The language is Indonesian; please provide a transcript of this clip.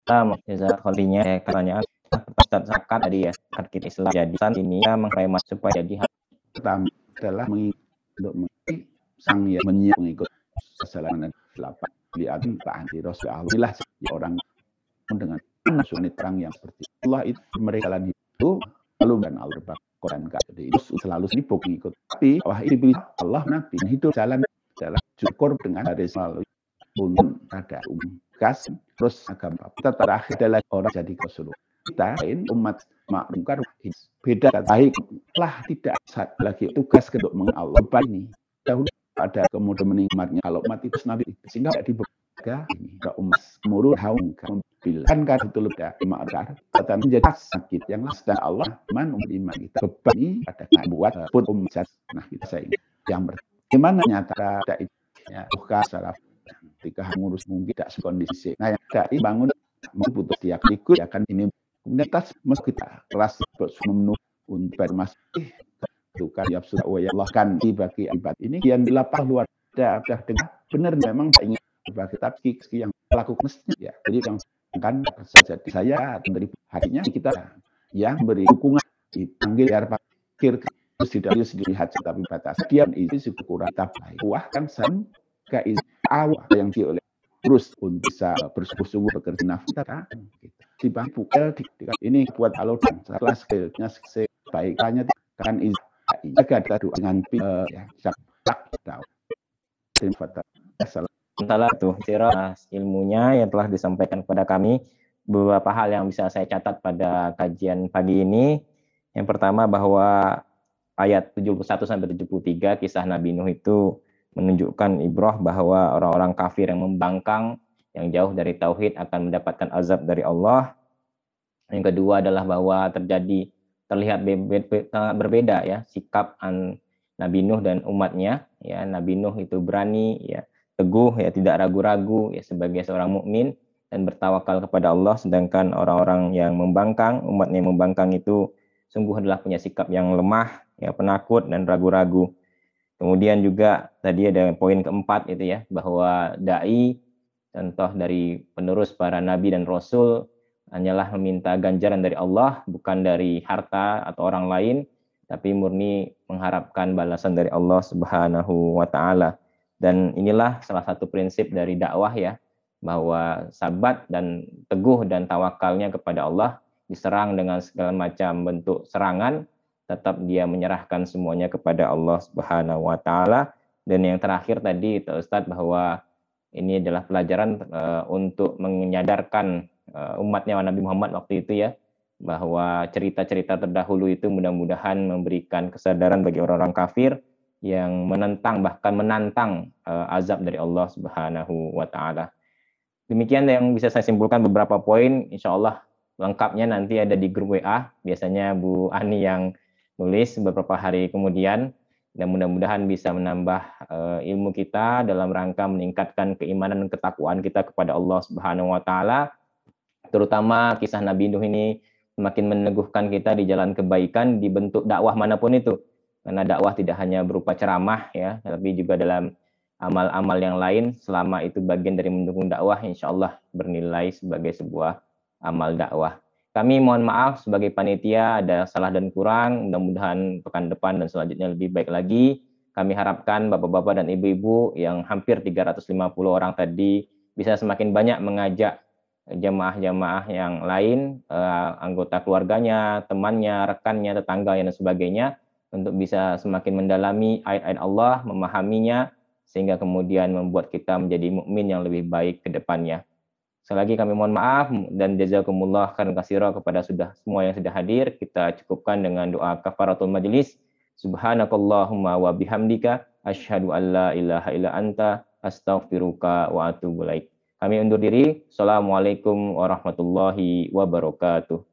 Jazakallahu pertanyaan Ustaz zakat tadi ya, zakat kita Islam jadi ini ya mengklaim supaya jadi pertama adalah untuk sang yang mengikut sesalanan 8 liatin ta'anti Rasulullah orang dengan nasional terang yang seperti Allah itu mereka lagi itu lalu dan Allah berkoran jadi itu selalu sibuk mengikut tapi wah ini Allah Nabi hidup jalan adalah syukur dengan hari selalu pun ada gas terus agama kita terakhir adalah orang jadi Rasulullah kita lain umat maklumkan beda baik lah tidak lagi tugas untuk mengalami Allah ini dahulu ada kemudian menikmatnya kalau umat itu Nabi sehingga tidak dibega ini ke umat murud haung kan itu lebih makar dan menjadi sakit yang sedang Allah man iman kita beban ini ada buat pun umat nah kita saya yang bagaimana nyata ya bukan salah ketika ngurus mungkin tidak sekondisi nah yang dai bangun putus dia ikut akan ini kemudian meski kita keras memenuhi untuk bermasih itu kan ya sudah wa Allah kan bagi ibadah ini yang dilapah luar sudah dengar benar memang ingin bagi tapi yang lakukan mestinya ya jadi yang kan jadi saya dari hatinya kita yang beri dukungan dipanggil biar pikir terus tidak dilihat tapi batas dia itu kurang tapi wah kan san ke awal yang oleh terus untuk bisa bersungguh-sungguh bekerja nafkah di bangku ini buat halo dan salah skillnya sebaiknya kan jaga doa dengan ya tahu salah tuh ilmunya yang telah disampaikan kepada kami beberapa hal yang bisa saya catat pada kajian pagi ini. Yang pertama bahwa ayat 71 sampai 73 kisah Nabi Nuh itu menunjukkan ibrah bahwa orang-orang kafir yang membangkang yang jauh dari tauhid akan mendapatkan azab dari Allah. Yang kedua adalah bahwa terlihat sangat berbeda ya sikap Nabi Nuh dan umatnya ya. Nabi Nuh itu berani ya, teguh ya, tidak ragu-ragu ya sebagai seorang mukmin dan bertawakal kepada Allah, sedangkan orang-orang yang membangkang, umatnya yang membangkang itu sungguh adalah punya sikap yang lemah ya, penakut dan ragu-ragu. Kemudian juga tadi ada poin keempat itu ya, bahwa dai contoh dari penerus para nabi dan rasul hanyalah meminta ganjaran dari Allah, bukan dari harta atau orang lain, tapi murni mengharapkan balasan dari Allah Subhanahu wa taala. Dan inilah salah satu prinsip dari dakwah ya, bahwa sabat dan teguh dan tawakalnya kepada Allah diserang dengan segala macam bentuk serangan, tetap dia menyerahkan semuanya kepada Allah Subhanahu wa taala. Dan yang terakhir tadi Ustadz, bahwa ini adalah pelajaran untuk menyadarkan umatnya Nabi Muhammad waktu itu ya, bahwa cerita-cerita terdahulu itu mudah-mudahan memberikan kesadaran bagi orang-orang kafir yang bahkan menantang azab dari Allah Subhanahu wa taala. Demikian yang bisa saya simpulkan beberapa poin. Insya Allah lengkapnya nanti ada di grup WA. Biasanya Bu Ani yang nulis beberapa hari kemudian, dan mudah-mudahan bisa menambah ilmu kita dalam rangka meningkatkan keimanan dan ketakwaan kita kepada Allah Subhanahu wa taala. Terutama kisah Nabi Nuh ini semakin meneguhkan kita di jalan kebaikan di bentuk dakwah manapun itu. Karena dakwah tidak hanya berupa ceramah ya, tapi juga dalam amal-amal yang lain, selama itu bagian dari mendukung dakwah, insya Allah bernilai sebagai sebuah amal dakwah. Kami mohon maaf sebagai panitia ada salah dan kurang, mudah-mudahan pekan depan dan selanjutnya lebih baik lagi. Kami harapkan bapak-bapak dan ibu-ibu yang hampir 350 orang tadi bisa semakin banyak mengajak jamaah-jamaah yang lain, anggota keluarganya, temannya, rekannya, tetangganya, dan sebagainya, untuk bisa semakin mendalami ayat-ayat Allah, memahaminya, sehingga kemudian membuat kita menjadi mukmin yang lebih baik ke depannya. Sekali lagi kami mohon maaf dan jazakumullah khairan katsira kepada semua yang sudah hadir. Kita cukupkan dengan doa kafaratul majlis. Subhanakallahumma wa bihamdika asyhadu an la ilaha illa anta astaghfiruka wa atubu ilaik. Kami undur diri. Assalamualaikum warahmatullahi wabarakatuh.